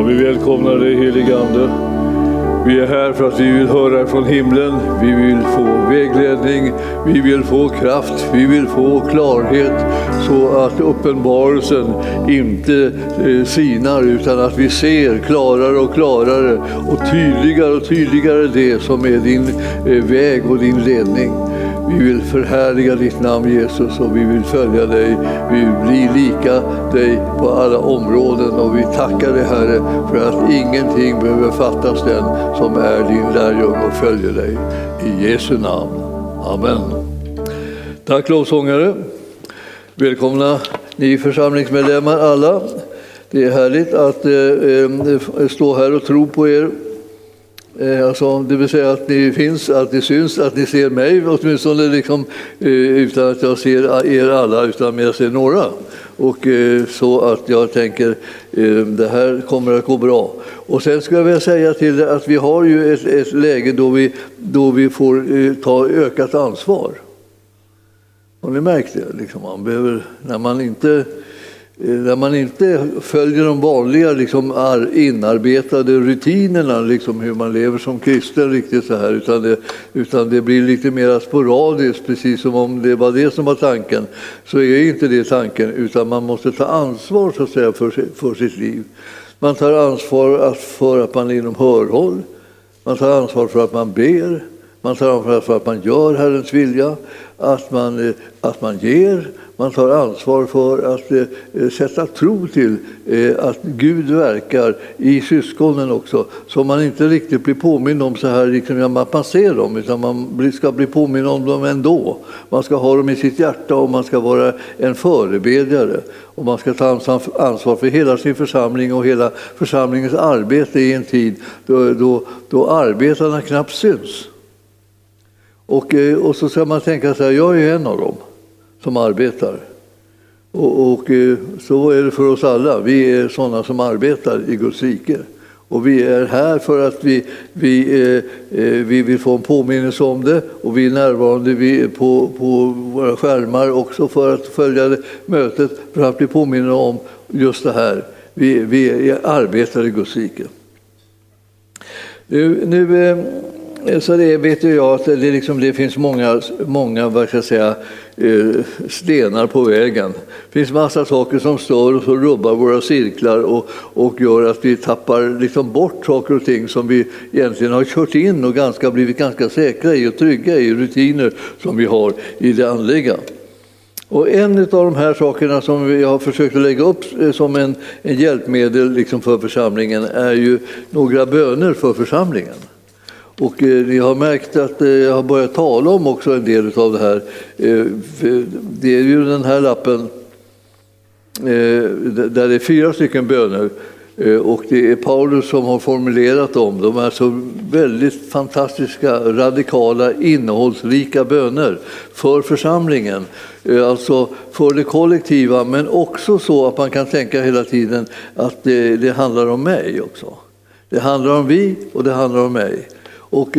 Ja, vi välkomnar dig, helige Ande. Vi är här för att vi vill höra från himlen. Vi vill få vägledning, vi vill få kraft, vi vill få klarhet så att uppenbarelsen inte sinar utan att vi ser klarare och klarare och tydligare det som är din väg och din ledning. Vi vill förhärliga ditt namn Jesus och vi vill följa dig. Vi vill bli lika dig på alla områden och vi tackar dig Herre för att ingenting behöver fattas den som är din lärjunge och följer dig. I Jesu namn. Amen. Tack lovsångare. Välkomna ni församlingsmedlemmar alla. Det är härligt att stå här och tro på er. Alltså, det vill säga att ni finns, att ni syns, att ni ser mig åtminstone liksom, utan att jag ser er alla utan jag ser några. Och så att jag tänker det här kommer att gå bra. Och sen ska jag väl säga till att vi har ju ett läge då vi får ta ökat ansvar. Har ni märkt det? Liksom, man behöver, när man inte följer de vanliga liksom, inarbetade rutinerna, liksom, hur man lever som kristen riktigt så här, utan det blir lite mer sporadiskt, precis som om det var det som var tanken, så är inte det tanken, utan man måste ta ansvar så att säga, för sitt liv. Man tar ansvar för att man är inom hörhåll, man tar ansvar för att man ber, man tar ansvar för att man gör Herrens vilja, att man ger. Man tar ansvar för att sätta tro till att Gud verkar i syskonen också. Så man inte riktigt blir påminn om så här liksom att man ser dem, utan man ska bli påminn om dem ändå. Man ska ha dem i sitt hjärta och man ska vara en förebedjare. Och man ska ta ansvar för hela sin församling och hela församlingens arbete i en tid då arbetarna knappt syns. Och så ska man tänka så här, jag är en av dem som arbetar. Och så är det för oss alla. Vi är sådana som arbetar i Guds rike. Och vi är här för att vi vill få en påminnelse om det. Och vi är närvarande på våra skärmar också för att följa mötet. För att bli påminna om just det här. Vi arbetar i Guds rike. Nu så det vet ju jag att det finns många vad ska jag säga, stenar på vägen. Det finns massa saker som stör och så rubbar våra cirklar och gör att vi tappar liksom bort saker och ting som vi egentligen har kört in och blivit ganska säkra i och trygga i rutiner som vi har i det andliga. Och en av de här sakerna som vi har försökt att lägga upp som en hjälpmedel liksom för församlingen är ju några böner för församlingen. Och ni har märkt att jag har börjat tala om också en del av det här. Det är ju den här lappen där det är 4 stycken böner. Och det är Paulus som har formulerat dem. De är så väldigt fantastiska, radikala, innehållsrika böner för församlingen. Alltså för det kollektiva, men också så att man kan tänka hela tiden att det handlar om mig också. Det handlar om vi och det handlar om mig. Och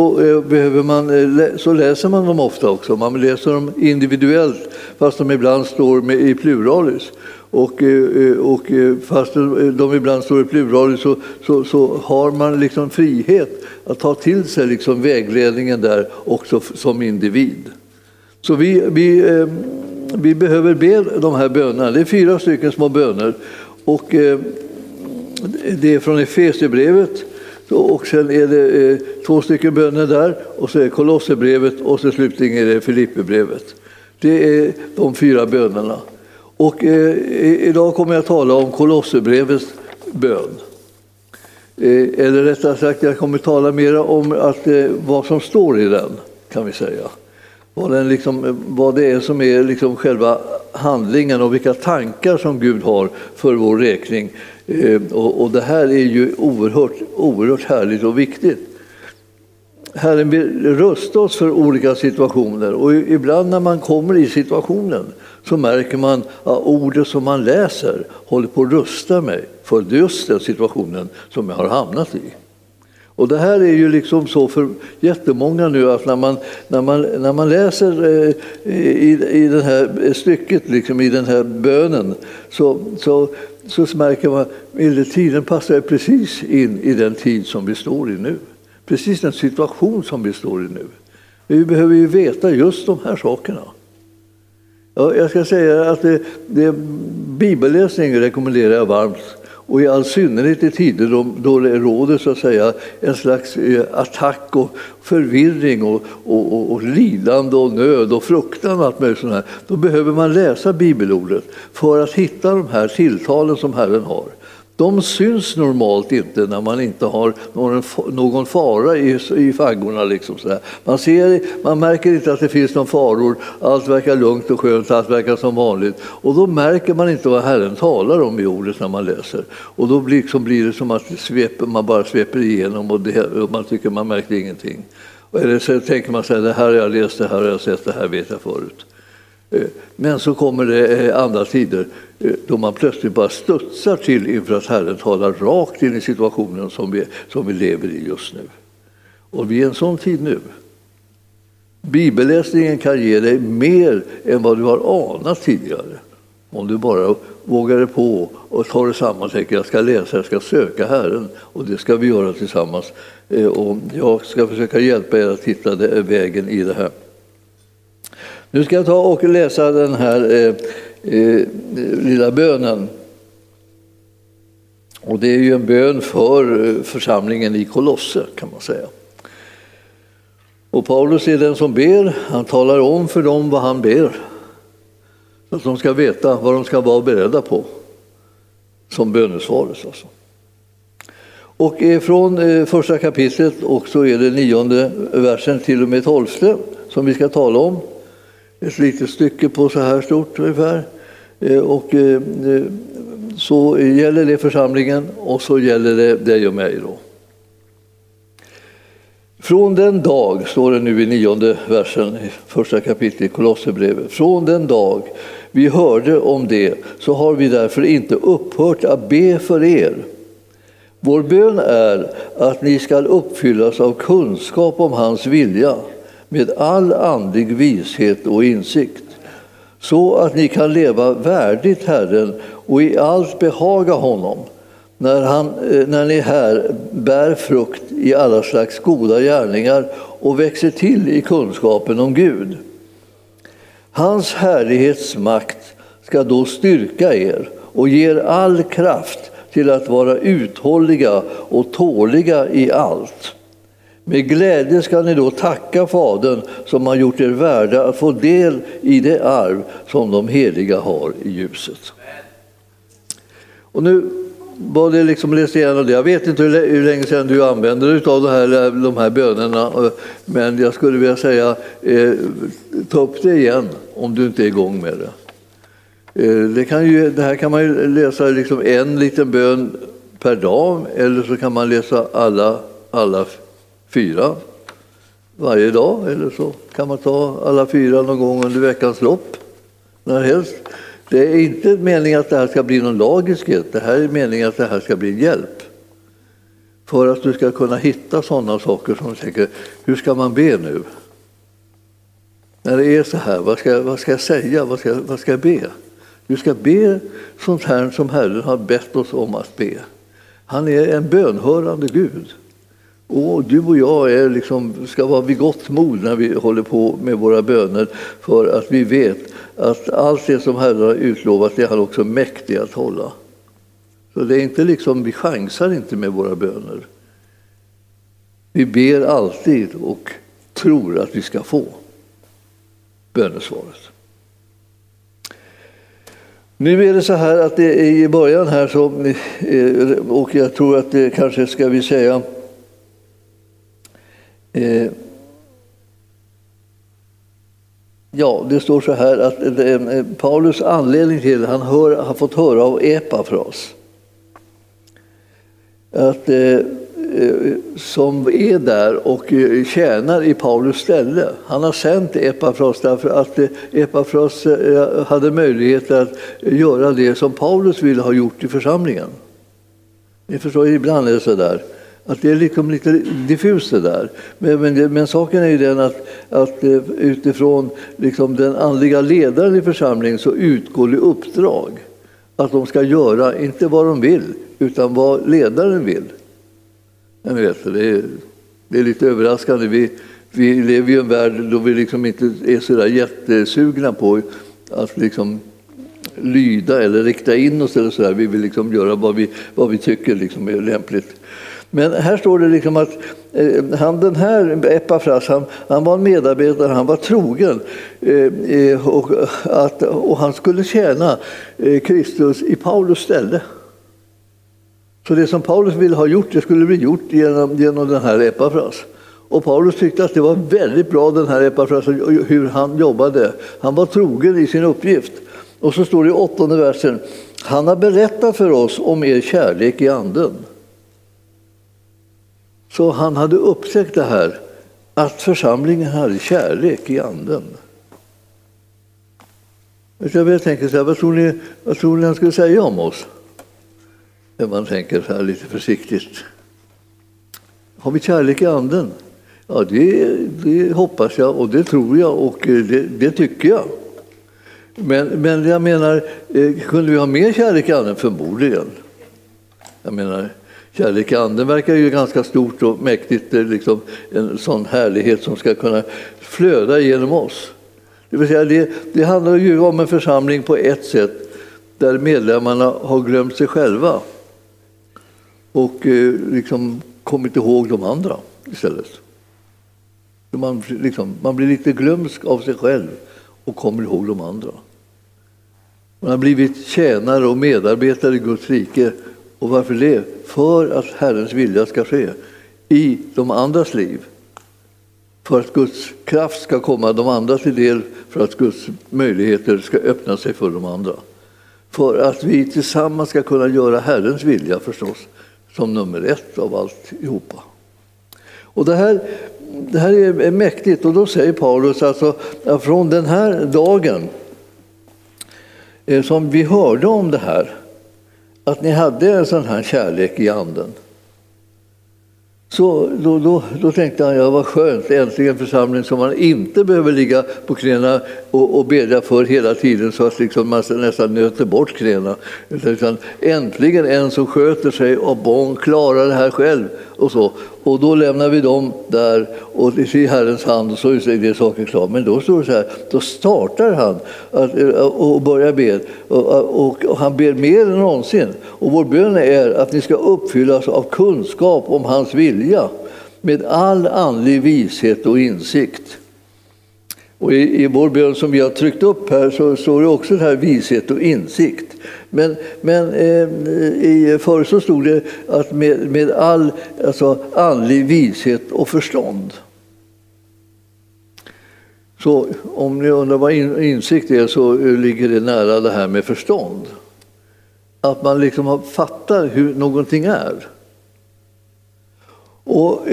så läser man dem ofta också. Man läser dem individuellt fast de ibland står i pluralis. Och fast de ibland står i pluralis så har man liksom frihet att ta till sig liksom vägledningen där också som individ. Så vi behöver be de här bönerna. Det är 4 stycken små böner. Och det är från Efesierbrevet. Och sen är det 2 stycken böner där och så är Kolosserbrevet och så slutligen är det Filipperbrevet. Det är de 4 bönerna. Och idag kommer jag tala om Kolosserbrevets bön. Eller rättare sagt, jag kommer tala mer om vad som står i den, kan vi säga. Vad det är som är liksom själva handlingen och vilka tankar som Gud har för vår räkning. Och det här är ju oerhört härligt och viktigt. Herren vill rusta oss för olika situationer. Och ibland när man kommer i situationen så märker man att ordet som man läser håller på att rusta mig för just den situationen som jag har hamnat i. Och det här är ju liksom så för jättemånga nu att när man läser i det här stycket, liksom i den här bönen, så märker man att tiden passar precis in i den tid som vi står i nu. Precis den situation som vi står i nu. Vi behöver ju veta just de här sakerna. Ja, jag ska säga att bibelläsning rekommenderar jag varmt. Och i all synnerhet i tider då det råder så att säga en slags attack och förvirring och lidande och nöd och fruktan och allt möjligt sånt här. Då behöver man läsa bibelordet för att hitta de här tilltalen som Herren har. De syns normalt inte när man inte har någon fara i faggorna. Liksom så man märker inte att det finns någon faror. Allt verkar lugnt och skönt, allt verkar som vanligt. Och då märker man inte vad Herren talar om i ordet när man läser. Och då blir det som att man bara sveper igenom och man tycker man märker ingenting. Eller så tänker man så här, det här har jag läst, det här har jag sett, det här vet jag förut. Men så kommer det andra tider då man plötsligt bara studsar till inför att Herren talar rakt in i situationen som vi lever i just nu. Och vi är en sån tid nu. Bibelläsningen kan ge dig mer än vad du har anat tidigare. Om du bara vågar dig på och tar det samman och tänker jag ska läsa, jag ska söka Herren. Och det ska vi göra tillsammans. Och jag ska försöka hjälpa er att hitta vägen i det här. Nu ska jag ta och läsa den här lilla bönen. Och det är ju en bön för församlingen i Kolosse, kan man säga. Och Paulus är den som ber. Han talar om för dem vad han ber. Så att de ska veta vad de ska vara beredda på. Som bönesvaret alltså. Och från första kapitlet och så är det 9:e versen till och med 12:e som vi ska tala om. Ett litet stycke på så här stort ungefär. Och så gäller det församlingen och så gäller det dig och mig då. Från den dag, står det nu i 9:e versen i första kapitlet i Kolosserbrevet. Från den dag vi hörde om det så har vi därför inte upphört att be för er. Vår bön är att ni ska uppfyllas av kunskap om hans vilja med all andlig vishet och insikt, så att ni kan leva värdigt Herren och i allt behaga honom, när ni här bär frukt i alla slags goda gärningar och växer till i kunskapen om Gud. Hans härlighetsmakt ska då styrka er och ge er all kraft till att vara uthålliga och tåliga i allt. Med glädje ska ni då tacka Fadern som har gjort er värda att få del i det arv som de heliga har i ljuset. Och nu var det liksom läst igenom det. Jag vet inte hur länge sedan du använder dig av de här bönerna, men jag skulle vilja säga ta upp det igen om du inte är igång med det. Det här kan man ju läsa liksom en liten bön per dag, eller så kan man läsa alla 4 varje dag, eller så kan man ta alla 4 någon gång under veckans lopp, när helst. Det är inte meningen att det här ska bli någon lagiskhet, det här är meningen att det här ska bli en hjälp. För att du ska kunna hitta sådana saker som du tänker, hur ska man be nu? När det är så här, vad ska jag säga, vad ska jag be? Du ska be sånt här som Herren har bett oss om att be. Han är en bönhörande Gud. Och du och jag ska vara vid gott mod när vi håller på med våra böner, för att vi vet att allt det som Herren har utlovat, det är han också mäktig att hålla. Så det är inte vi chansar inte med våra böner. Vi ber alltid och tror att vi ska få bönesvaret. Nu är det så här att det är i början här så, och jag tror att det kanske ska vi säga det står så här att Paulus anledning till han har fått höra av Epafras att som är där och tjänar i Paulus ställe. Han har sänt Epafras därför att Epafras hade möjlighet att göra det som Paulus ville ha gjort i församlingen. Ni förstår, ibland är det så där Att det är liksom lite diffust det där. Men saken är ju den att utifrån liksom den andliga ledaren i församlingen så utgår det uppdrag. Att de ska göra inte vad de vill utan vad ledaren vill. Jag vet, det är lite överraskande. Vi lever i en värld då vi liksom inte är så där jättesugna på att liksom lyda eller rikta in oss eller så där. Vi vill liksom göra vad vi tycker liksom är lämpligt. Men här står det liksom att den här Epafras, han var en medarbetare, han var trogen och han skulle tjäna Kristus i Paulus ställe. Så det som Paulus ville ha gjort, det skulle bli gjort genom den här Epafras. Och Paulus tyckte att det var väldigt bra den här Epafras, hur han jobbade. Han var trogen i sin uppgift. Och så står det i 8:e versen: han har berättat för oss om er kärlek i anden. Så han hade upptäckt det här, att församlingen hade kärlek i anden. Jag tänker så här, vad tror ni han skulle säga om oss? När man tänker så här lite försiktigt. Har vi kärlek i anden? Ja, det hoppas jag och det tror jag och det tycker jag. Men jag menar, kunde vi ha mer kärlek i anden? Förmodligen. Jag menar, kärlek i anden verkar ju ganska stort och mäktigt, liksom en sån härlighet som ska kunna flöda genom oss. Det vill säga, det handlar ju om en församling på ett sätt där medlemmarna har glömt sig själva och liksom kommit ihåg de andra istället. Man blir lite glömsk av sig själv och kommer ihåg de andra. Man har blivit tjänare och medarbetare i Guds rike. Och varför det? För att Herrens vilja ska ske i de andras liv. För att Guds kraft ska komma de andra till del, för att Guds möjligheter ska öppna sig för de andra. För att vi tillsammans ska kunna göra Herrens vilja förstås som nummer 1 av alltihopa. Och det här är mäktigt, och då säger Paulus alltså att från den här dagen som vi hörde om det här, att ni hade en sån här kärlek i anden. Så då tänkte han, vad skönt, äntligen församling som man inte behöver ligga på knäna och bedja för hela tiden så att liksom man nästan nöter bort knäna. Utan äntligen en som sköter sig och klarar det här själv och så. Och då lämnar vi dem där och i Herrens hand och så är det saken klar. Men då står det så här, då startar han och börjar be och han ber mer än någonsin. Och vår bön är att ni ska uppfyllas av kunskap om hans vilja med all andlig vishet och insikt. Och i vår bön som vi har tryckt upp här så står det också det här vishet och insikt. Men förr så stod det att med all andlig vishet och förstånd. Så om ni undrar vad insikt är så ligger det nära det här med förstånd. Att man liksom fattar hur någonting är. Och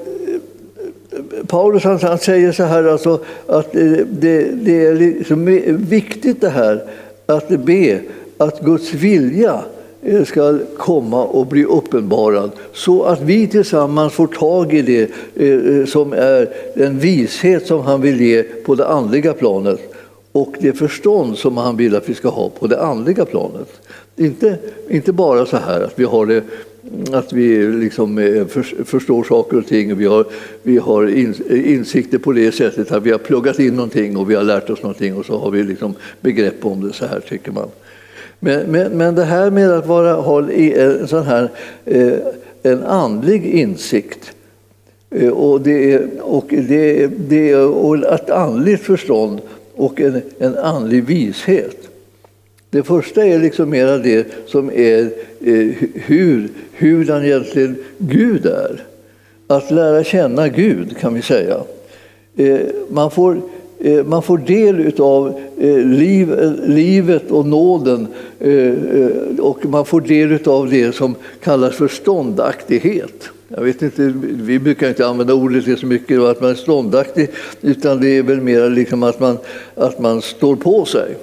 Paulus han säger så här alltså, att det är liksom viktigt det här att be att Guds vilja ska komma och bli uppenbarad så att vi tillsammans får tag i det som är den vishet som han vill ge på det andliga planet och det förstånd som han vill att vi ska ha på det andliga planet. Inte bara så här att vi har det, att vi liksom förstår saker och ting och vi har insikter på det sättet att vi har pluggat in någonting och vi har lärt oss någonting och så har vi liksom begrepp om det så här, tycker man. Men det här med att ha en sån här en andlig insikt och ett andligt förstånd och en andlig vishet. Det första är liksom mera det som är hur den egentligen Gud är. Att lära känna Gud, kan vi säga. Man får del av livet och nåden och man får del av det som kallas för ståndaktighet. Jag vet inte, vi brukar inte använda ordet så mycket att man är ståndaktig, utan det är väl mer liksom att man står på sig.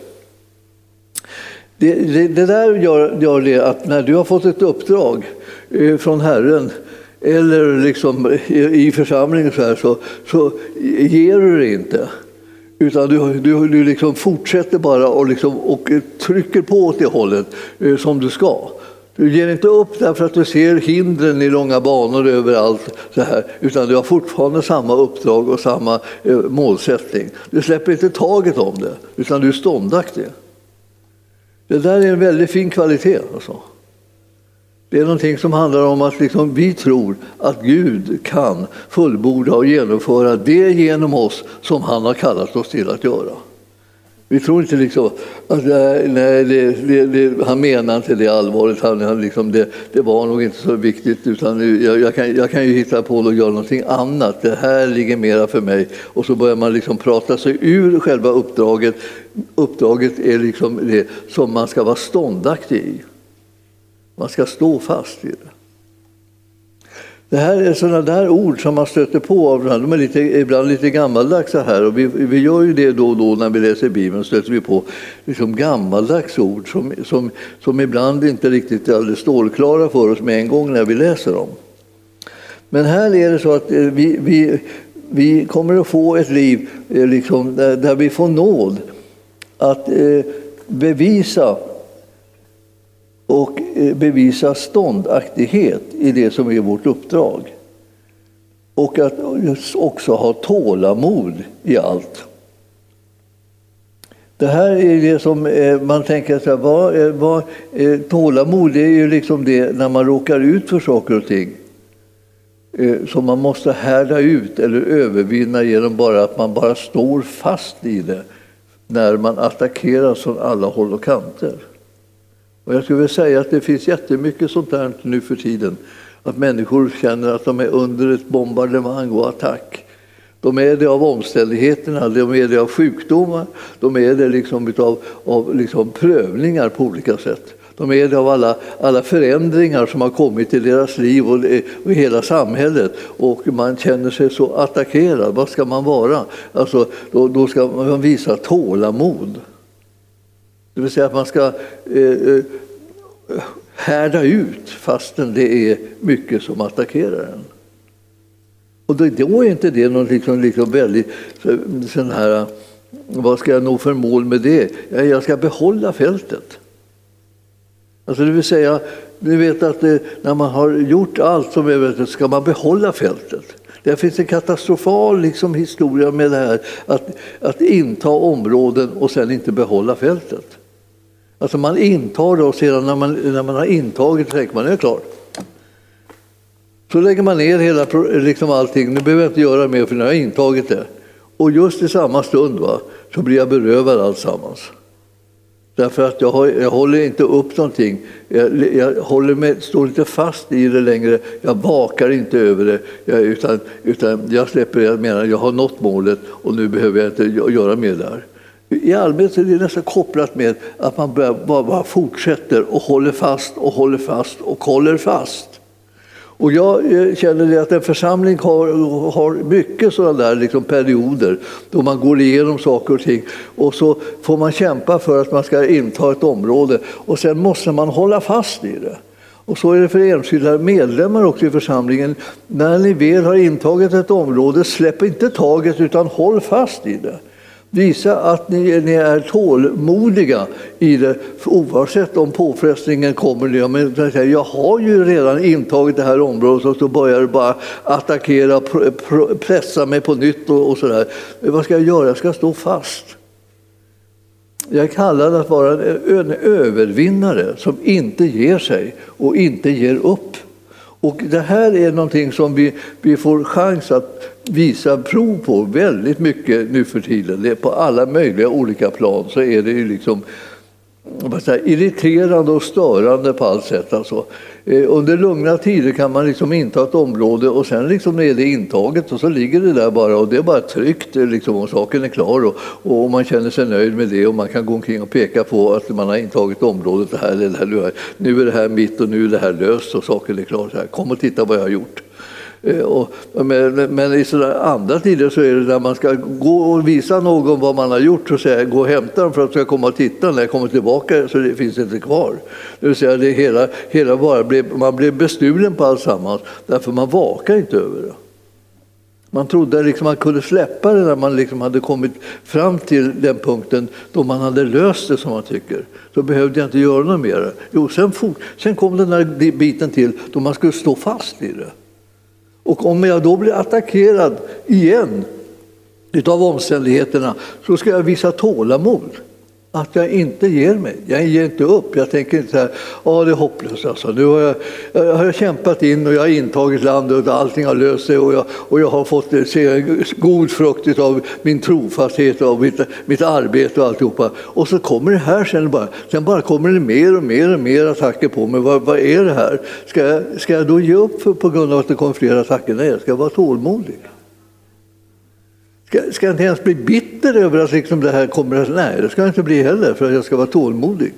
Det där gör det att när du har fått ett uppdrag från Herren eller liksom i församlingen så ger du det inte. Utan du liksom fortsätter bara och trycker på åt det hållet som du ska. Du ger inte upp därför att du ser hindren i långa banor överallt så här, utan du har fortfarande samma uppdrag och samma målsättning. Du släpper inte taget om det, utan du är ståndaktig. Det där är en väldigt fin kvalitet. Alltså. Det är någonting som handlar om att liksom vi tror att Gud kan fullborda och genomföra det genom oss som han har kallat oss till att göra. Vi tror inte liksom att han menar inte det allvarligt. Han liksom, det var nog inte så viktigt, utan jag kan ju hitta på och göra någonting annat. Det här ligger mera för mig. Och så börjar man liksom prata sig ur själva uppdraget. Uppdraget är liksom det som man ska vara ståndaktig i. Man ska stå fast i det. Det här är sådana där ord som man stöter på av de är ibland lite gammaldags så här, och vi gör ju det då och då när vi läser Bibeln, stöter vi på liksom gammaldags ord som ibland inte riktigt är alldeles stålklara för oss med en gång när vi läser dem. Men här är det så att vi kommer att få ett liv liksom, där vi får nåd att bevisa ståndaktighet i det som är vårt uppdrag. Och att också ha tålamod i allt. Det här är det som man tänker så här, tålamod är ju liksom det när man råkar ut för saker och ting. Som man måste härda ut eller övervinna genom bara att man bara står fast i det när man attackeras från alla håll och kanter. Och jag skulle vilja säga att det finns jättemycket sånt där nu för tiden. Att människor känner att de är under ett bombardemang och attack. De är det av omständigheterna, de är det av sjukdomar, de är det liksom av prövningar på olika sätt. De är det av alla förändringar som har kommit i deras liv och i hela samhället. Och man känner sig så attackerad. Vad ska man vara? Alltså, då ska man visa tålamod. Det vill säga att man ska härda ut fastän det är mycket som attackerar en. Och då är inte det något liksom väldigt sån här, vad ska jag nå för mål med det? Jag ska behålla fältet. Alltså det vill säga, ni vet att när man har gjort allt som är vet, ska man behålla fältet. Det finns en katastrofal liksom historia med det här att inta områden och sen inte behålla fältet. Alltså man intar det och sedan när man har intagit tänker man är klar. Så lägger man ner hela liksom allting. Nu behöver jag inte göra mer för när jag har intagit det. Och just i samma stund så blir jag berövad alltsammans. Därför att jag håller inte upp någonting. Jag står inte fast i det längre. Jag vakar inte över det. Utan jag släpper, jag menar, jag har nått målet och nu behöver jag inte göra mer där. I allmänhet är det nästan kopplat med att man bara fortsätter och håller fast och håller fast och håller fast. Och jag känner att en församling har mycket sådana där liksom perioder då man går igenom saker och ting och så får man kämpa för att man ska inta ett område och sen måste man hålla fast i det. Och så är det för enskilda medlemmar också i församlingen. När ni väl har intagit ett område, släpp inte taget utan håll fast i det. Visa att ni är tålmodiga i det, oavsett om påfrestningen kommer. Men jag har ju redan intagit det här området och så börjar det bara attackera, pressa mig på nytt och sådär. Vad ska jag göra? Jag ska stå fast. Jag är kallad att vara en övervinnare som inte ger sig och inte ger upp. Och det här är någonting som vi får chans att visa prov på väldigt mycket nu för tiden. Det är på alla möjliga olika plan så är det ju liksom irriterande och störande på allt sätt. Alltså. Under lugna tider kan man liksom inta ett område och sen liksom är det intaget och så ligger det där bara och det är bara tryggt liksom, och saken är klar och man känner sig nöjd med det och man kan gå omkring och peka på att man har intagit området det här, nu är det här mitt och nu är det här löst och saken är klar. Så här, kom och titta vad jag har gjort. Men i sådana andra tider så är det när man ska gå och visa någon vad man har gjort och säga gå och hämta dem för att jag ska komma och titta när jag kommer tillbaka så det finns inte kvar. Det vill säga det hela bara man blev bestulen på alltsammans därför man vakar inte över det. Man trodde liksom man kunde släppa det när man liksom hade kommit fram till den punkten då man hade löst det som man tycker. Så behövde jag inte göra något mer. Jo, sen kom den där biten till då man skulle stå fast i det. Och om jag då blir attackerad igen utav omständigheterna så ska jag visa tålamod. Att jag inte ger mig. Jag ger inte upp. Jag tänker inte så här, det är hopplöst. Alltså. Nu har jag kämpat in och jag har intagit landet och allting har löst sig och jag har fått se god frukt av min trofasthet och mitt arbete och alltihopa. Och så kommer det här sen bara kommer det mer och mer attacker på mig. Vad är det här? Ska jag då ge upp på grund av att det kommer fler attacker? Nej, jag ska vara tålmodig. Ska jag inte ens bli bitter över att liksom det här kommer att... Nej, det ska jag inte bli heller för att jag ska vara tålmodig.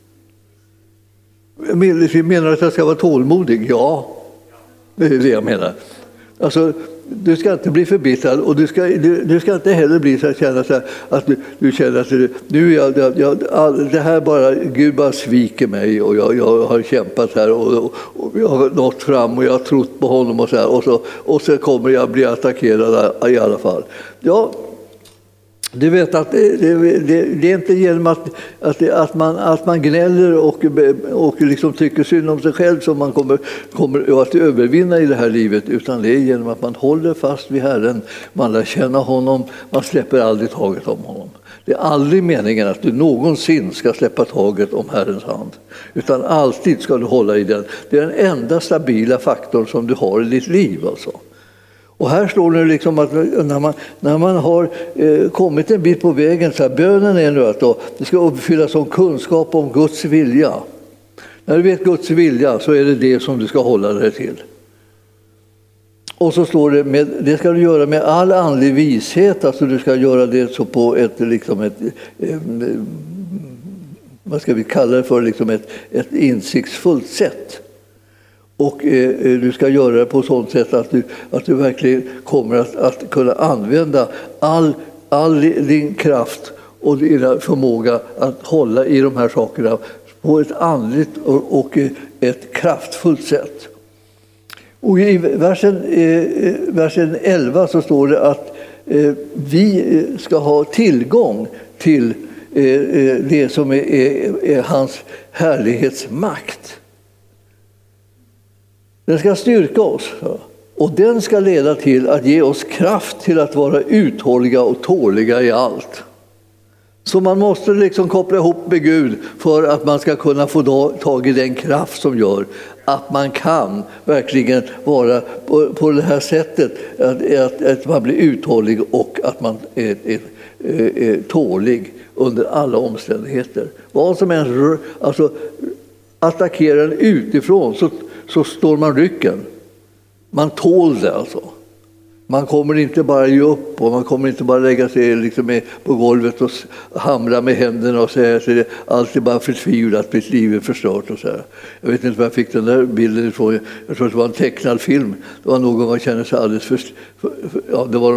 Menar du att jag ska vara tålmodig? Ja, det är det jag menar. Alltså, du ska inte bli förbittrad och du ska inte heller bli så här, känna så här, att du känner att nu det här bara Gud bara sviker mig och jag har kämpat här och jag har nått fram och jag har trott på honom och så här och så kommer jag bli attackerad i alla fall. Ja, du vet att det är inte genom att man gnäller och liksom tycker synd om sig själv som man kommer att övervinna i det här livet, utan det är genom att man håller fast vid Herren, man lär känna honom, man släpper aldrig taget om honom. Det är aldrig meningen att du någonsin ska släppa taget om Herrens hand, utan alltid ska du hålla i den. Det är den enda stabila faktorn som du har i ditt liv alltså. Och här står det liksom att när man har kommit en bit på vägen, så här, bönen är nu att det ska uppfyllas som kunskap om Guds vilja. När du vet Guds vilja så är det som du ska hålla dig till. Och så står det, det ska du göra med all andlig vishet, alltså du ska göra det så på ett vad ska vi kalla det för, liksom ett insiktsfullt sätt. Och du ska göra det på sådant sätt att du verkligen kommer att kunna använda all din kraft och din förmåga att hålla i de här sakerna på ett andligt och ett kraftfullt sätt. Och i versen 11 så står det att vi ska ha tillgång till det som är hans härlighetsmakt. Den ska styrka oss och den ska leda till att ge oss kraft till att vara uthålliga och tåliga i allt. Så man måste liksom koppla ihop med Gud för att man ska kunna få tag i den kraft som gör att man kan verkligen vara på det här sättet, att man blir uthållig och att man är tålig under alla omständigheter. Vad som än attackerar utifrån så står man rycken. Man tål det alltså. Man kommer inte bara ge upp och man kommer inte bara lägga sig liksom på golvet och hamra med händerna och säga att allt är bara förtvivlat, mitt liv är förstört och så här. Jag vet inte var jag fick den där bilden ifrån. Jag tror att det var en tecknad film. Det var någon som kände sig alldeles det var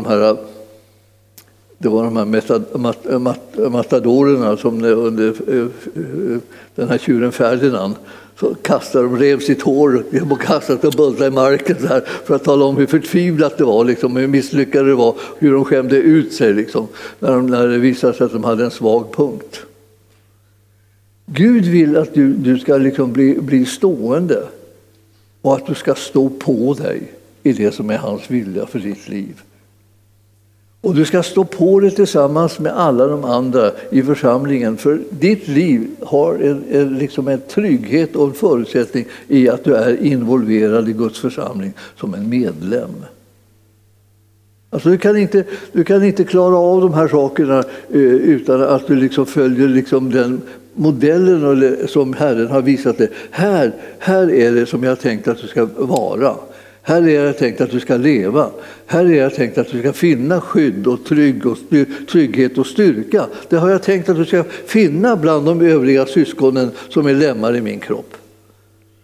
de här matadorerna som under den här tjuren Ferdinand så kastade de, rev sitt hår och kastade och bultade i marken där för att tala om hur förtvivlat det var, liksom, hur misslyckade det var, hur de skämde ut sig liksom, när det visade sig att de hade en svag punkt. Gud vill att du ska liksom bli stående och att du ska stå på dig i det som är hans vilja för ditt liv. Och du ska stå på det tillsammans med alla de andra i församlingen. För ditt liv har liksom en trygghet och en förutsättning i att du är involverad i Guds församling som en medlem. Alltså du kan inte klara av de här sakerna utan att du liksom följer liksom den modellen som Herren har visat dig. Här är det som jag har tänkt att du ska vara. Här är jag tänkt att du ska leva. Här är jag tänkt att du ska finna skydd och trygghet och styrka. Det har jag tänkt att du ska finna bland de övriga syskonen som är lemmar i min kropp.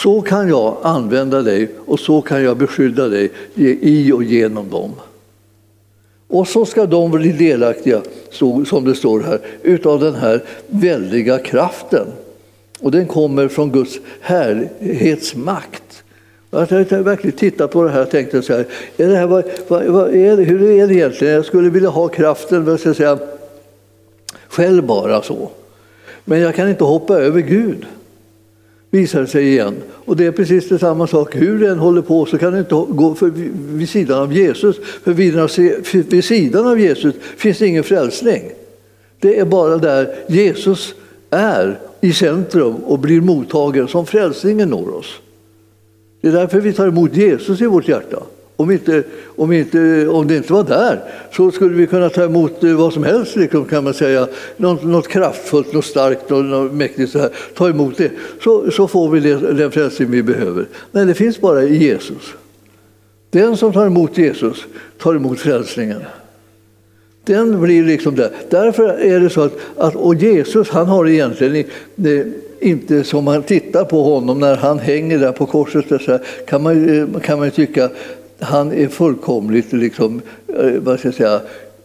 Så kan jag använda dig och så kan jag beskydda dig i och genom dem. Och så ska de bli delaktiga, som det står här, utav den här väldiga kraften. Och den kommer från Guds härlighetsmakt. Jag har verkligen tittat på det här och tänkte så här, hur är det egentligen? Jag skulle vilja ha kraften, vad ska jag säga, själv bara så. Men jag kan inte hoppa över Gud, visar det sig igen. Och det är precis det samma sak. Hur den håller på så kan det inte gå vid sidan av Jesus. För vid sidan av Jesus finns det ingen frälsning. Det är bara där Jesus är i centrum och blir mottagen som frälsningen når oss. Det är därför vi tar emot Jesus i vårt hjärta. Om det inte var där så skulle vi kunna ta emot vad som helst, liksom, kan man säga. Något kraftfullt, något starkt, något mäktigt så här. Ta emot det. Så får vi den frälsning vi behöver. Nej, det finns bara i Jesus. Den som tar emot Jesus tar emot frälsningen. Den blir liksom där. Därför är det så att och Jesus, han har egentligen inte, som man tittar på honom när han hänger där på korset, så här, kan man tycka han är fullkomligt liksom, vad ska jag säga,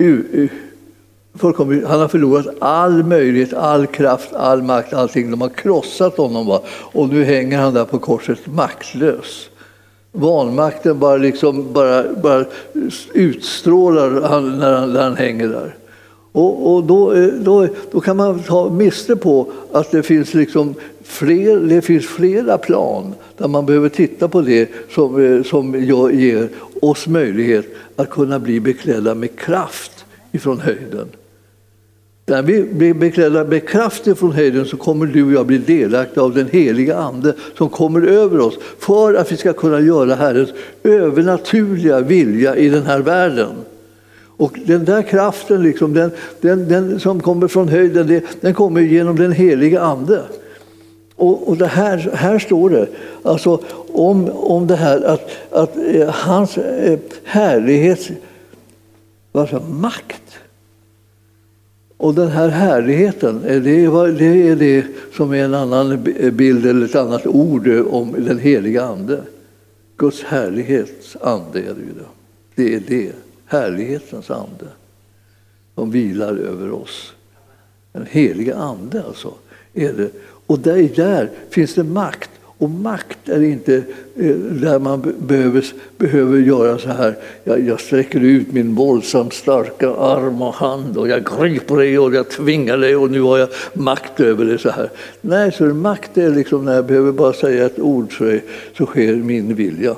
han har förlorat all möjlighet, all kraft, all makt, allting. De har krossat honom, och nu hänger han där på korset maktlös. Vanmakten bara utstrålar han när han hänger där. Och då kan man ta miste på att det finns liksom flera plan där man behöver titta på det som ger oss möjlighet att kunna bli beklädda med kraft ifrån höjden. När vi blir beklädda med kraft ifrån höjden så kommer du och jag bli delaktiga av den heliga ande som kommer över oss för att vi ska kunna göra Herrens övernaturliga vilja i den här världen. Och den där kraften, liksom, den som kommer från höjden, den kommer genom den heliga ande. Och det här står det alltså om det här att hans härlighets makt. Och den här härligheten, det är det som är en annan bild eller ett annat ord om den heliga ande. Guds härlighetsande är det ju det. Det är det. Härlighetens ande som vilar över oss. Den heliga ande alltså är det. Och där finns det makt. Och makt är inte där man behöver göra så här. Jag sträcker ut min våldsamt starka arm och hand och jag griper dig och jag tvingar dig och nu har jag makt över det så här. Nej, så makt är liksom när jag behöver bara säga ett ord så sker min vilja.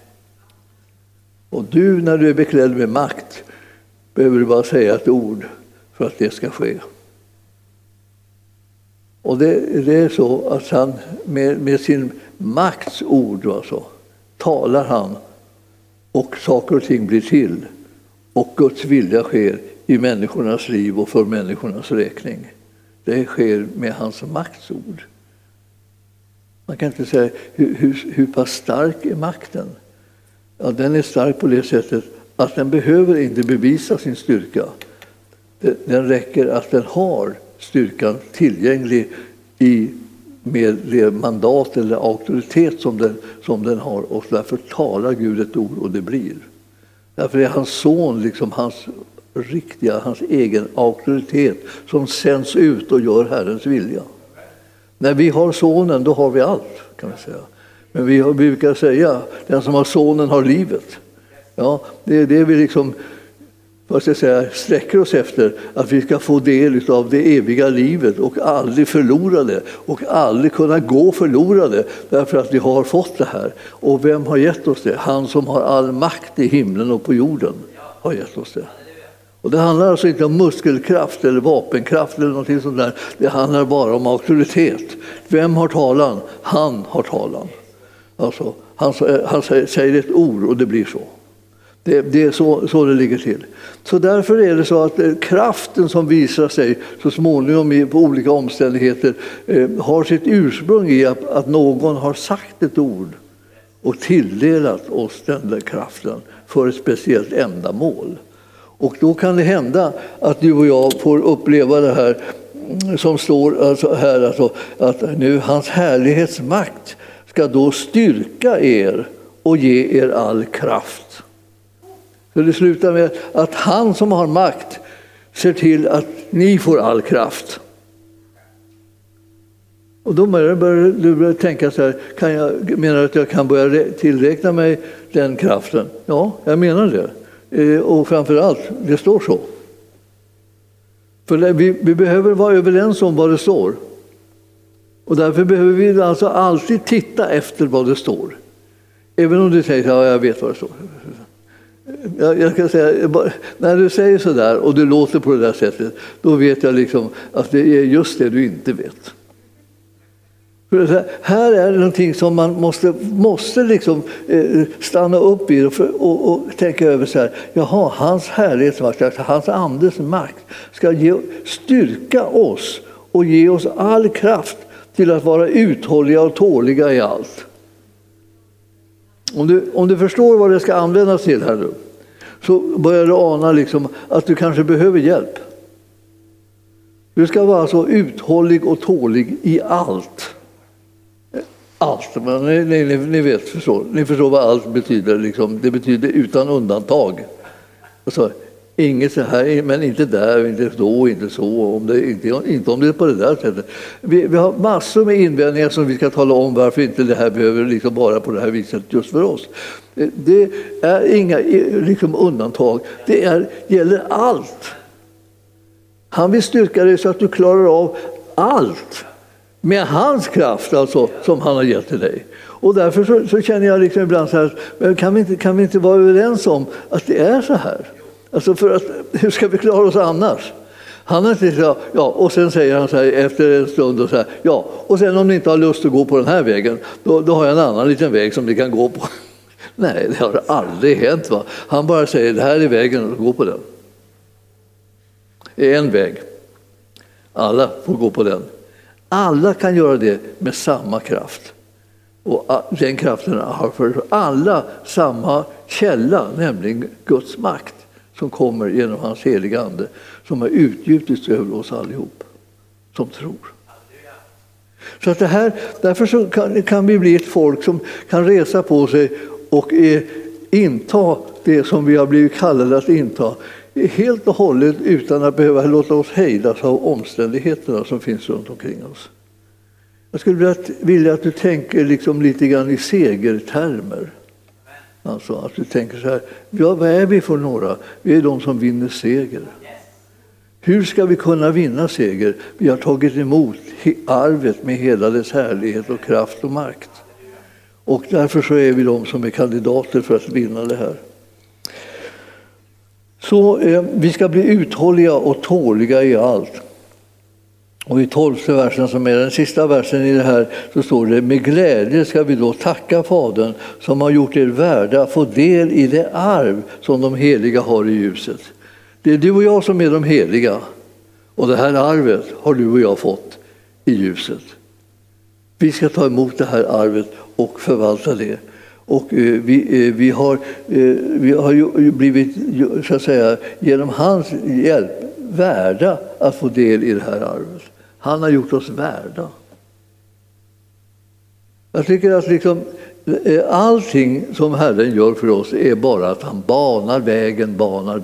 Och du, när du är beklädd med makt, behöver du bara säga ett ord för att det ska ske. Och det är så att han med sin makts ord alltså, talar han och saker och ting blir till. Och Guds vilja sker i människornas liv och för människornas räkning. Det sker med hans makts ord. Man kan inte säga hur pass stark är makten. Ja, den är stark på det sättet att den behöver inte bevisa sin styrka. Den räcker att den har styrkan tillgänglig med det mandat eller auktoritet som den har. Och därför talar Gud ett ord och det blir. Därför är hans son liksom hans egen auktoritet som sänds ut och gör Herrens vilja. När vi har sonen, då har vi allt, kan man säga. Men vi brukar säga, den som har sonen har livet. Ja, det är det vi liksom, vad ska jag säga, sträcker oss efter. Att vi ska få del av det eviga livet och aldrig förlora det. Och aldrig kunna gå förlorade därför att vi har fått det här. Och vem har gett oss det? Han som har all makt i himlen och på jorden har gett oss det. Och det handlar alltså inte om muskelkraft eller vapenkraft eller någonting sånt där. Det handlar bara om auktoritet. Vem har talan? Han har talan. Alltså, han säger ett ord och det blir så. Det är så det ligger till. Så därför är det så att kraften som visar sig så småningom på olika omständigheter har sitt ursprung i att någon har sagt ett ord och tilldelat oss den där kraften för ett speciellt ändamål. Och då kan det hända att du och jag får uppleva det här som står alltså här, alltså, att nu hans härlighetsmakt ska då styrka er och ge er all kraft. Så det slutar med att han som har makt ser till att ni får all kraft. Och då börjar du tänka så här, menar du att jag kan börja tillräkna mig den kraften? Ja, jag menar det. Och framförallt, det står så. För vi behöver vara överens om vad det står. Och därför behöver vi alltså alltid titta efter vad det står. Även om du säger, ja, jag vet vad det står. Jag kan säga, när du säger så där och du låter på det där sättet, då vet jag liksom att det är just det du inte vet. För här är det någonting som man måste liksom stanna upp i och tänka över så här. Jaha, hans härlighetsmakt, hans andes makt ska styrka oss och ge oss all kraft till att vara uthålliga och tåliga i allt. Om du förstår vad det ska användas till här nu, så börjar du ana liksom att du kanske behöver hjälp. Du ska vara så uthållig och tålig i allt. Allt, men ni förstår vad allt betyder. Liksom. Det betyder utan undantag. Alltså, inget så här, men inte där, inte då, inte så. Inte om det är på det där sättet. Vi har massor med invändningar som vi ska tala om varför inte det här behöver liksom vara på det här viset just för oss. Det är inga liksom undantag. Det gäller allt. Han vill styrka dig så att du klarar av allt. Med hans kraft alltså, som han har gett till dig. Och därför så känner jag liksom ibland så här, men kan vi inte vara överens om att det är så här? Alltså för att, hur ska vi klara oss annars? Han har inte sagt, ja, och sen säger han så här efter en stund och så här, ja, och sen om ni inte har lust att gå på den här vägen, då har jag en annan liten väg som ni kan gå på. Nej, det har aldrig hänt, va? Han bara säger, det här är vägen och gå på den. Det är en väg. Alla får gå på den. Alla kan göra det med samma kraft. Och den kraften har för alla samma källa, nämligen Guds makt, som kommer genom hans heliga ande, som har utgjutits över oss allihop som tror. Så att därför så kan vi bli ett folk som kan resa på sig och inta det som vi har blivit kallade att inta, helt och hållet utan att behöva låta oss hejdas av omständigheterna som finns runt omkring oss. Jag skulle vilja att du tänker liksom lite grann i segertermer. Alltså att du tänker så här, ja, vad är vi för några? Vi är de som vinner seger. Hur ska vi kunna vinna seger? Vi har tagit emot arvet med hela dess härlighet och kraft och makt. Och därför så är vi de som är kandidater för att vinna det här. Så vi ska bli uthålliga och tåliga i allt. Och i 12:e versen, som är den sista versen i det här, så står det: med glädje ska vi då tacka Fadern som har gjort er värda att få del i det arv som de heliga har i ljuset. Det är du och jag som är de heliga, och det här arvet har du och jag fått i ljuset. Vi ska ta emot det här arvet och förvalta det. Och vi har ju blivit, så att säga, genom hans hjälp värda att få del i det här arvet. Han har gjort oss värda. Jag tycker att liksom, allting som Herren gör för oss är bara att han banar vägen.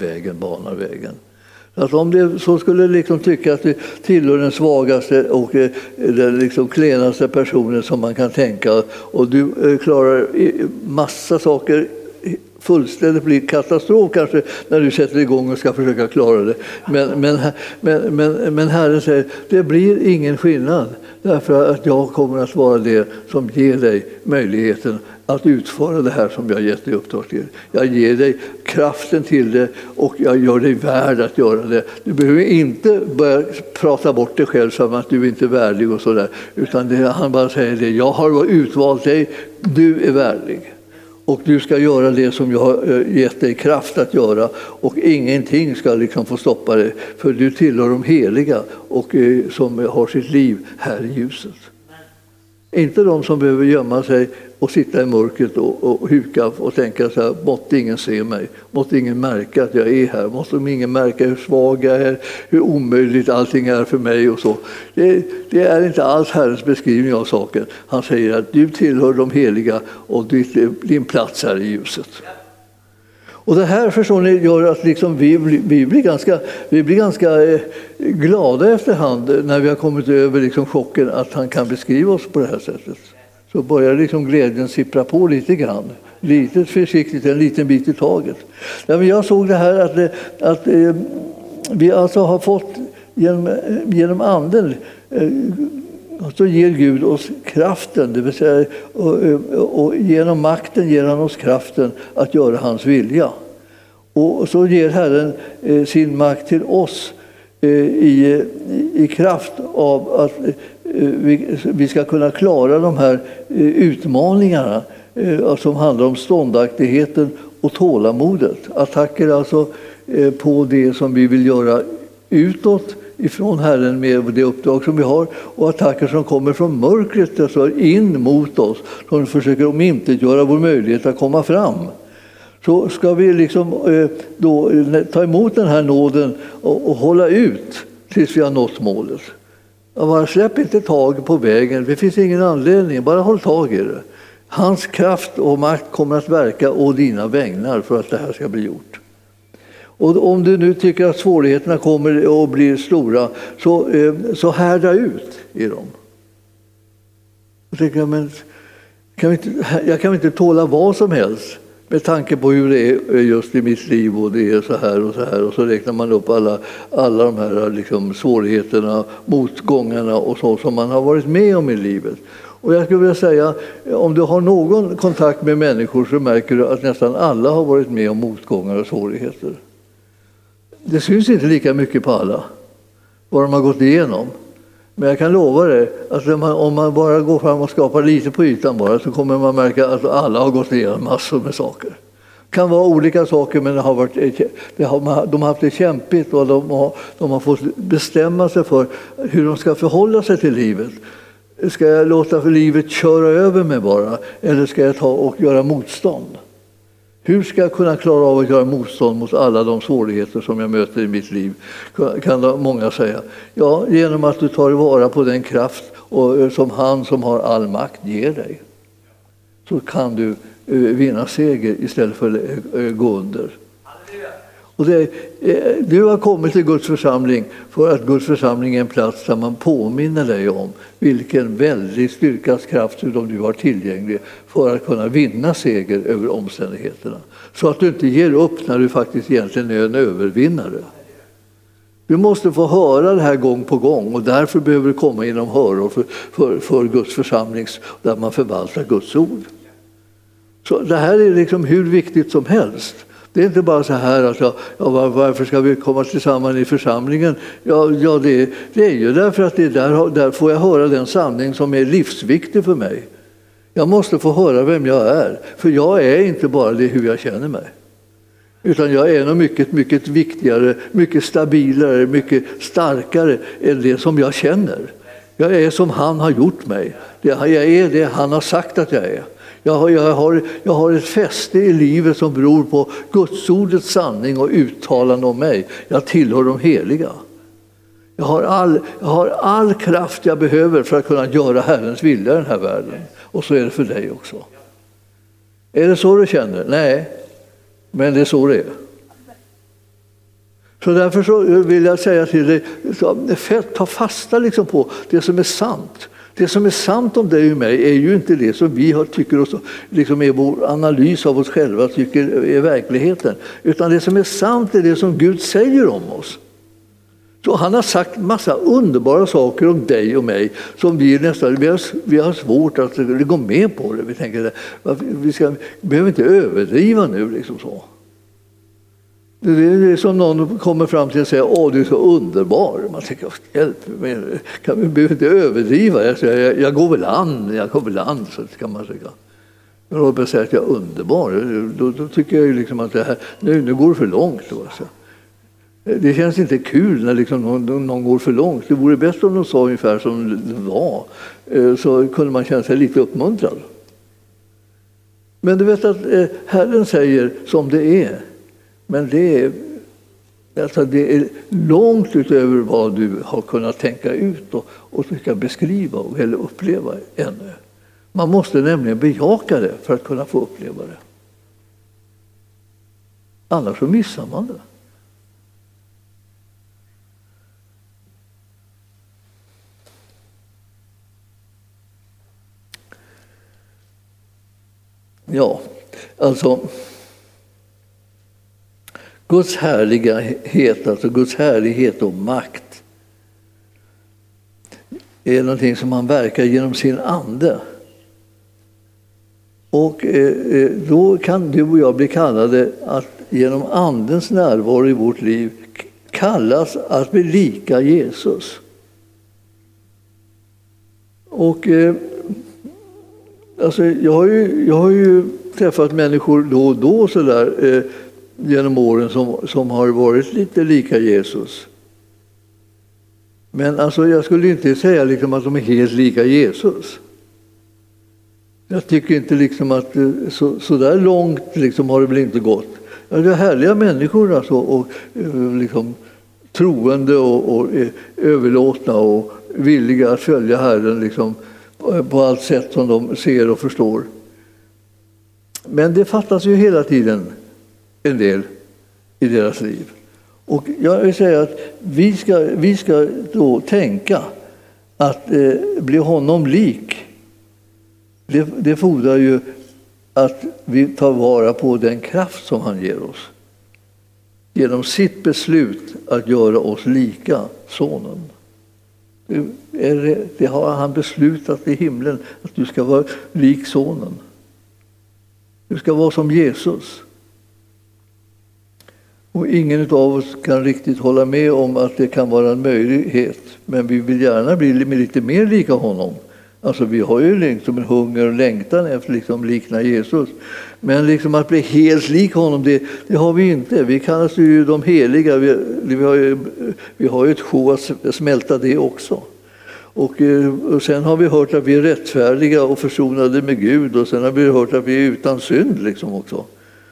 Att om det så skulle liksom tycka att du tillhör den svagaste och den liksom klenaste personen som man kan tänka, och du klarar massa saker, fullständigt blir katastrof kanske när du sätter igång och ska försöka klara det. Men Herren säger, det blir ingen skillnad, därför att jag kommer att vara det som ger dig möjligheten att utföra det här som jag har gett dig uppdrag till. Jag ger dig kraften till det och jag gör dig värd att göra det. Du behöver inte börja prata bort dig själv som att du inte är värdig och sådär, utan han bara säger det: jag har utvalt dig, du är värdig. Och du ska göra det som jag har gett dig kraft att göra, och ingenting ska liksom få stoppa dig, för du tillhör de heliga och som har sitt liv här i ljuset. Inte de som behöver gömma sig och sitta i mörkret och huka och tänka så här: måtte ingen se mig, måtte ingen märka att jag är här, måtte ingen märka hur svag jag är, hur omöjligt allting är för mig och så. Det är inte alls Herrens beskrivning av saken. Han säger att du tillhör de heliga och din plats är i ljuset. Och det här, förstår ni, gör att liksom vi blir ganska glada efterhand när vi har kommit över liksom chocken att han kan beskriva oss på det här sättet. Så börjar liksom glädjen sippra på lite grann. Lite försiktigt, en liten bit i taget. Ja, men jag såg det här att vi alltså har fått genom anden så ger Gud oss kraften, det vill säga, och genom makten ger han oss kraften att göra hans vilja. Och så ger Herren sin makt till oss i kraft av att vi ska kunna klara de här utmaningarna som handlar om ståndaktigheten och tålamodet. Attacker alltså på det som vi vill göra utåt ifrån Herren med det uppdrag som vi har, och attacker som kommer från mörkret, alltså in mot oss, som försöker omintetgöra vår möjlighet att komma fram. Så ska vi liksom då ta emot den här nåden och hålla ut tills vi har nått målet. Bara släpp inte tag på vägen, det finns ingen anledning, bara håll tag i det. Hans kraft och makt kommer att verka å dina vägnar för att det här ska bli gjort. Och om du nu tycker att svårigheterna kommer att bli stora, så härda ut i dem. Jag tänker, men jag kan inte tåla vad som helst med tanke på hur det är just i mitt liv, och det är så här och så här. Och så räknar man upp alla de här liksom svårigheterna, motgångarna och så som man har varit med om i livet. Och jag skulle vilja säga, om du har någon kontakt med människor så märker du att nästan alla har varit med om motgångar och svårigheter. Det syns inte lika mycket på alla vad de har gått igenom. Men jag kan lova dig att om man bara går fram och skapar lite på ytan bara, så kommer man märka att alla har gått igenom massor med saker. Det kan vara olika saker, men de har haft det kämpigt, och de har fått bestämma sig för hur de ska förhålla sig till livet. Ska jag låta för livet köra över mig bara, eller ska jag ta och göra motstånd? Hur ska jag kunna klara av att göra motstånd mot alla de svårigheter som jag möter i mitt liv? Kan många säga. Ja, genom att du tar vara på den kraft som han som har all makt ger dig. Så kan du vinna seger istället för att gå under. Och du har kommit till Guds församling för att Guds församling är en plats där man påminner dig om vilken väldig styrkas kraft som du har tillgänglig för att kunna vinna seger över omständigheterna. Så att du inte ger upp när du faktiskt egentligen är en övervinnare. Du måste få höra det här gång på gång, och därför behöver du komma inom höror för Guds församling där man förvaltar Guds ord. Så det här är liksom hur viktigt som helst. Det är inte bara så här att varför ska vi komma tillsammans i församlingen? Det är ju därför att där får jag höra den sanning som är livsviktig för mig. Jag måste få höra vem jag är, för jag är inte bara det hur jag känner mig. Utan jag är nog mycket, mycket viktigare, mycket stabilare, mycket starkare än det som jag känner. Jag är som han har gjort mig. Jag är det han har sagt att jag är. Jag har ett fäste i livet som beror på Guds ordets sanning och uttalande om mig. Jag tillhör de heliga. Jag har all kraft jag behöver för att kunna göra Herrens vilja i den här världen. Och så är det för dig också. Är det så du känner? Nej, men det är så det är. Så därför så vill jag säga till dig, ta fasta liksom på det som är sant. Det som är sant om dig och mig är ju inte det som vi tycker liksom är vår analys av oss själva tycker är verkligheten. Utan det som är sant är det som Gud säger om oss. Så han har sagt massa underbara saker om dig och mig som vi har svårt att gå med på det. Vi tänker vi behöver inte överdriva nu liksom så. Det är som någon kommer fram till och säger du är så underbar. Man tänker, hjälp mig, vi behöver inte överdriva. Jag går väl an, så kan man säga. Men om jag säger att jag är underbar, då tycker jag ju liksom att det här, nu går det för långt. Det känns inte kul när liksom någon går för långt. Det vore bäst om de sa ungefär som det var. Så kunde man känna sig lite uppmuntrad. Men du vet att Herren säger som det är. Men det är långt utöver vad du har kunnat tänka ut och försöka beskriva eller uppleva ännu. Man måste nämligen bejaka det för att kunna få uppleva det. Annars så missar man det. Ja, alltså Guds härlighet och makt är någonting som han verkar genom sin ande. Och då kan du och jag bli kallade att genom andens närvaro i vårt liv kallas att bli lika Jesus. Och alltså, jag har ju träffat människor då och då så där, genom åren som har varit lite lika Jesus. Men alltså, jag skulle inte säga liksom att de är helt lika Jesus. Jag tycker inte liksom att så där långt liksom har det väl inte gått. Ja, det är härliga människor alltså, och liksom troende och överlåtna och villiga att följa Herren liksom, på allt sätt som de ser och förstår. Men det fattas ju hela tiden en del i deras liv. Och jag vill säga att vi ska då tänka att bli honom lik. Det fordrar ju att vi tar vara på den kraft som han ger oss. Genom sitt beslut att göra oss lika sonen. Det har han beslutat i himlen, att du ska vara lik sonen. Du ska vara som Jesus. Och ingen av oss kan riktigt hålla med om att det kan vara en möjlighet. Men vi vill gärna bli lite mer lika honom. Alltså vi har ju liksom en hunger och längtan efter liksom likna Jesus. Men liksom att bli helt lik honom, det har vi inte. Vi kallas ju de heliga. Vi har ju ett sjå att smälta det också. Och sen har vi hört att vi är rättfärdiga och försonade med Gud. Och sen har vi hört att vi är utan synd liksom också.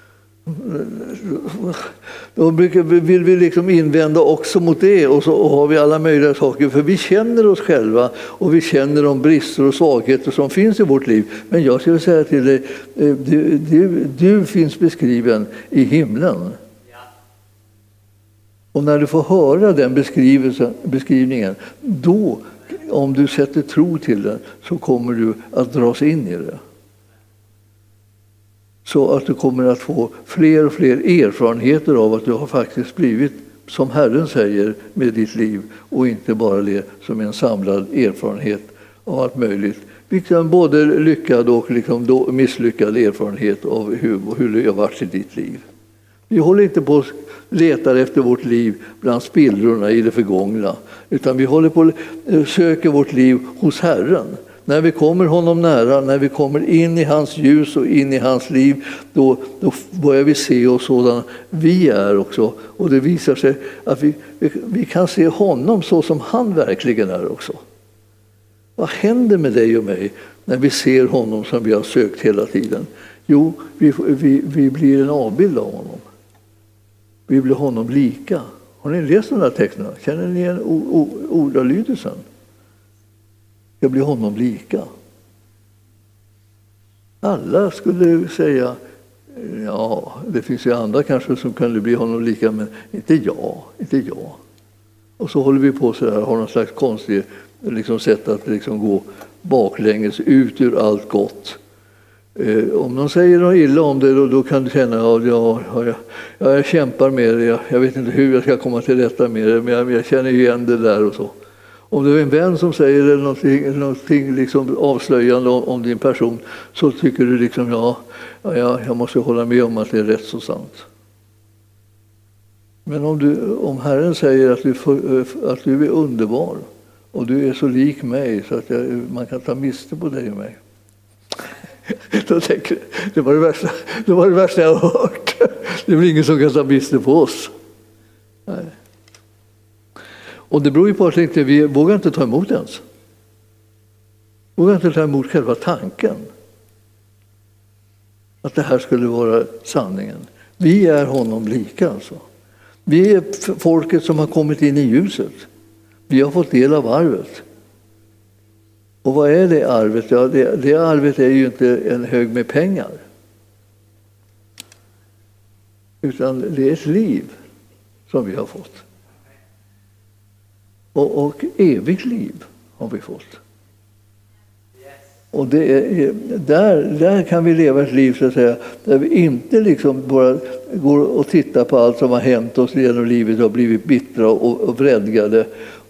Då vill vi liksom invända också mot det, och så har vi alla möjliga saker, för vi känner oss själva och vi känner de brister och svagheter som finns i vårt liv. Men jag skulle säga till dig, du finns beskriven i himlen. Och när du får höra den beskrivningen, då, om du sätter tro till den, så kommer du att dras in i det. Så att du kommer att få fler och fler erfarenheter av att du har faktiskt blivit, som Herren säger, med ditt liv. Och inte bara det som en samlad erfarenhet av allt möjligt. Liksom både lyckad och liksom misslyckad erfarenhet av hur det har varit i ditt liv. Vi håller inte på att leta efter vårt liv bland spillrorna i det förgångna. Utan vi håller på att söka vårt liv hos Herren. När vi kommer honom nära, när vi kommer in i hans ljus och in i hans liv, då börjar vi se oss sådana vi är också. Och det visar sig att vi kan se honom så som han verkligen är också. Vad händer med dig och mig när vi ser honom som vi har sökt hela tiden? Jo, vi blir en avbild av honom. Vi blir honom lika. Har ni läst den här texten? Känner ni igen ordalydelsen? Jag blir honom lika. Alla skulle säga, ja, det finns ju andra kanske som kan bli honom lika, men inte jag. Och så håller vi på så där, har någon slags konstig liksom, sätt att liksom, gå baklänges ut ur allt gott. Om någon säger något illa om det, då kan du känna att jag kämpar med det. Jag vet inte hur jag ska komma till rätta med det, men jag känner igen det där och så. Om det är en vän som säger någonting liksom avslöjande om din person, så tycker du liksom, jag måste hålla med om att det är rätt så sant. Men om Herren säger att du är underbar och du är så lik mig så att man kan ta miste på dig och mig. Då tänker jag, det var det värsta jag har hört. Det är väl ingen som kan ta miste på oss. Nej. Och det beror ju på att vi vågar inte ta emot ens. Vågar inte ta emot själva tanken. Att det här skulle vara sanningen. Vi är honom lika alltså. Vi är folket som har kommit in i ljuset. Vi har fått del av arvet. Och vad är det arvet? Ja, det arvet är ju inte en hög med pengar. Utan det är ett liv som vi har fått. Och evigt liv har vi fått. Och det är, där kan vi leva ett liv så att säga, där vi inte liksom bara går och tittar på allt som har hänt oss genom livet och blivit bittra och vredgade.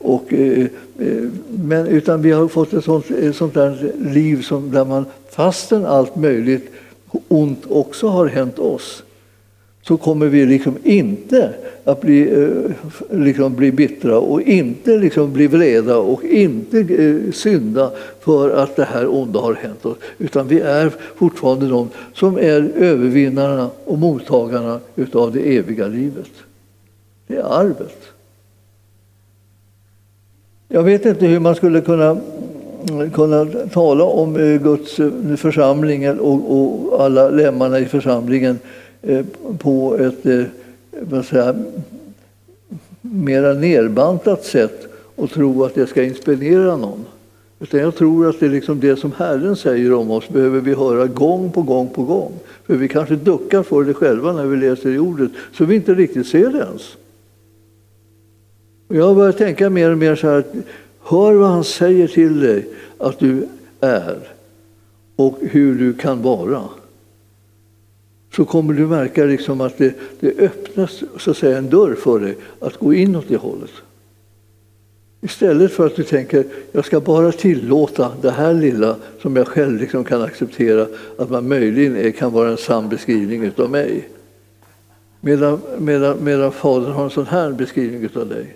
Utan vi har fått ett sånt där liv där man, fastän allt möjligt ont också har hänt oss, så kommer vi liksom inte att bli bittra och inte liksom bli vreda och inte synda för att det här onda har hänt oss. Utan vi är fortfarande de som är övervinnarna och mottagarna utav det eviga livet. Det är arvet. Jag vet inte hur man skulle kunna tala om Guds församling och alla lemmarna i församlingen på ett mera nerbantat sätt och tro att det ska inspirera någon. Utan jag tror att det är liksom det som Herren säger om oss behöver vi höra gång på gång på gång. För vi kanske duckar för det själva när vi läser i ordet så vi inte riktigt ser det ens. Och jag börjar tänka mer och mer så här, hör vad han säger till dig att du är och hur du kan vara. Så kommer du märka liksom att det öppnas så att säga en dörr för dig att gå in åt det hållet. Istället för att du tänker, jag ska bara tillåta det här lilla som jag själv liksom kan acceptera att man möjligen kan vara en sann beskrivning utav mig. Medan Fadern har en sån här beskrivning utav dig.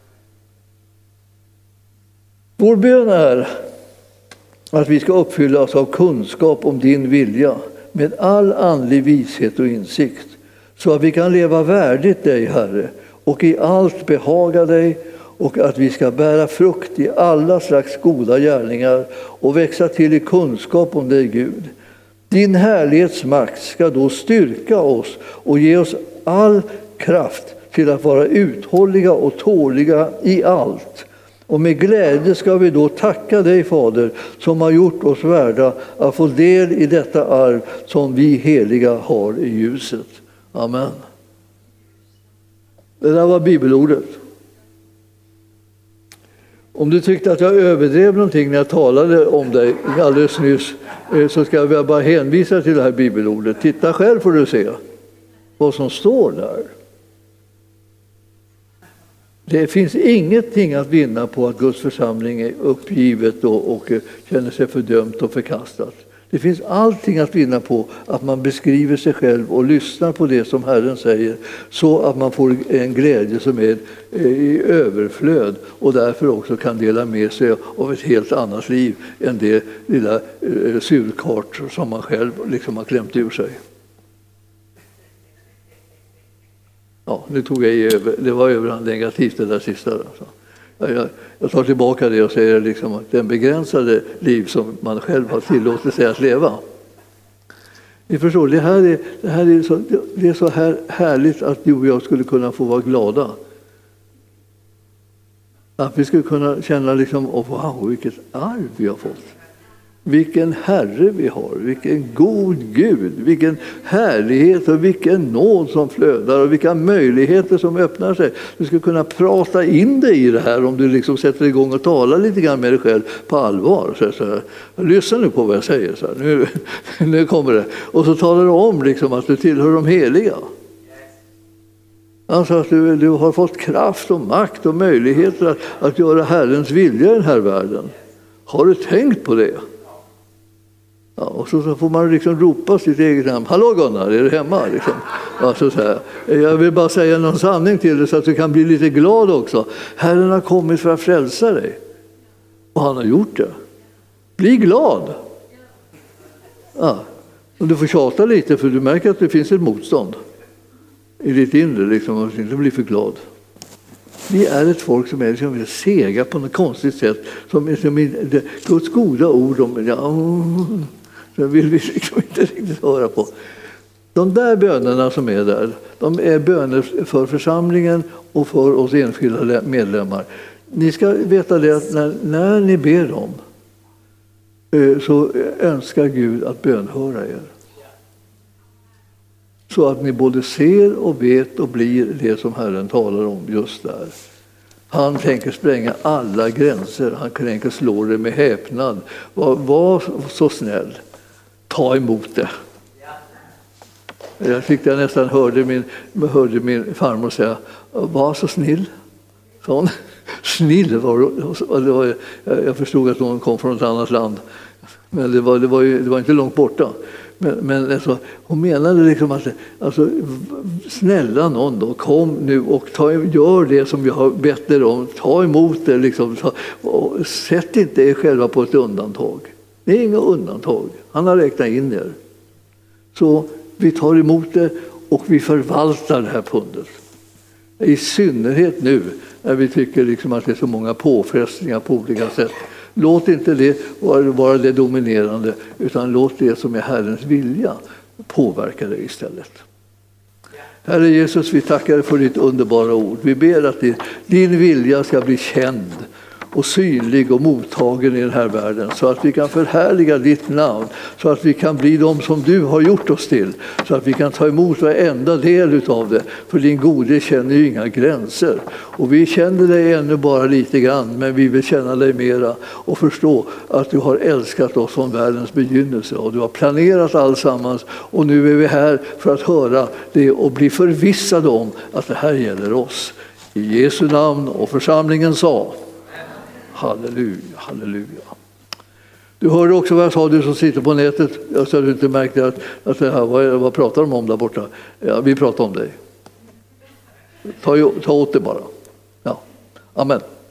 Vår bön är att vi ska uppfyllas av kunskap om din vilja med all andlig vishet och insikt, så att vi kan leva värdigt dig, Herre, och i allt behaga dig, och att vi ska bära frukt i alla slags goda gärningar och växa till i kunskap om dig, Gud. Din härlighetsmakt ska då styrka oss och ge oss all kraft till att vara uthålliga och tåliga i allt. Och med glädje ska vi då tacka dig, Fader, som har gjort oss värda att få del i detta arv som vi heliga har i ljuset. Amen. Det där var bibelordet. Om du tyckte att jag överdrev någonting när jag talade om dig alldeles nyss, så ska jag bara hänvisa till det här bibelordet. Titta själv får du se vad som står där. Det finns ingenting att vinna på att Guds församling är uppgivet och känner sig fördömt och förkastat. Det finns allting att vinna på att man beskriver sig själv och lyssnar på det som Herren säger, så att man får en glädje som är i överflöd och därför också kan dela med sig av ett helt annat liv än det lilla surkart som man själv liksom har klämt ur sig. Ja, nu tog jag över. Det var över negativt det där sista. Alltså. Jag tar tillbaka det och säger liksom att den begränsade liv som man själv har tillåtit sig att leva. Ni förstår, det är så här härligt att du och jag skulle kunna få vara glada. Att vi skulle kunna känna liksom, wow, vilket arv vi har fått. Vilken Herre vi har, vilken god Gud, vilken härlighet och vilken nåd som flödar och vilka möjligheter som öppnar sig. Du ska kunna prata in dig i det här om du liksom sätter igång och talar lite grann med dig själv på allvar. Så här, lyssna nu på vad jag säger, så här, nu kommer det. Och så talar du om liksom att du tillhör de heliga. Alltså att du har fått kraft och makt och möjligheter att göra Herrens vilja i den här världen. Har du tänkt på det? Ja, och så får man liksom ropa sitt eget namn. Hallå Gunnar, är du hemma? Liksom. Alltså så här. Jag vill bara säga någon sanning till dig så att du kan bli lite glad också. Herren har kommit för att frälsa dig. Och han har gjort det. Bli glad. Ja. Och du får tjata lite för du märker att det finns ett motstånd i ditt inre. Liksom, och inte bli för glad. Vi är ett folk som är liksom sega på något konstigt sätt. Guds goda ord så vill vi liksom inte riktigt höra på. De där bönerna som är där, de är böner för församlingen och för oss enskilda medlemmar. Ni ska veta det att när ni ber dem så önskar Gud att bönhöra er. Så att ni både ser och vet och blir det som Herren talar om just där. Han tänker spränga alla gränser. Han tänker slå det med häpnad. Var så snäll. Ta emot det. Jag tyckte jag nästan hörde min farmor säga, var så snill. Sån. Snill var jag förstod att hon kom från ett annat land. Men det var inte långt borta. Men alltså, hon menade liksom att snälla någon då, kom nu och gör det som jag har bett er om. Ta emot det. Liksom, sätt inte er själva på ett undantag. Det är inga undantag. Han har räknat in er. Så vi tar emot det och vi förvaltar det här pundet. I synnerhet nu när vi tycker liksom att det är så många påfrestningar på olika sätt. Låt inte det vara det dominerande, utan låt det som är Herrens vilja påverka det istället. Herre Jesus, vi tackar dig för ditt underbara ord. Vi ber att din vilja ska bli känd och synlig och mottagen i den här världen, så att vi kan förhärliga ditt namn, så att vi kan bli de som du har gjort oss till, så att vi kan ta emot varenda del utav det, för din gode känner ju inga gränser. Och vi känner dig ännu bara lite grann, men vi vill känna dig mera och förstå att du har älskat oss från världens begynnelse och du har planerat allsammans, och nu är vi här för att höra det och bli förvissade om att det här gäller oss. I Jesu namn, och församlingen sa halleluja, halleluja. Du hörde också vad jag sa, du som sitter på nätet. Jag så du inte märkte att det här, vad pratar de om där borta? Ja, vi pratar om dig. Ta åt det bara. Ja. Amen.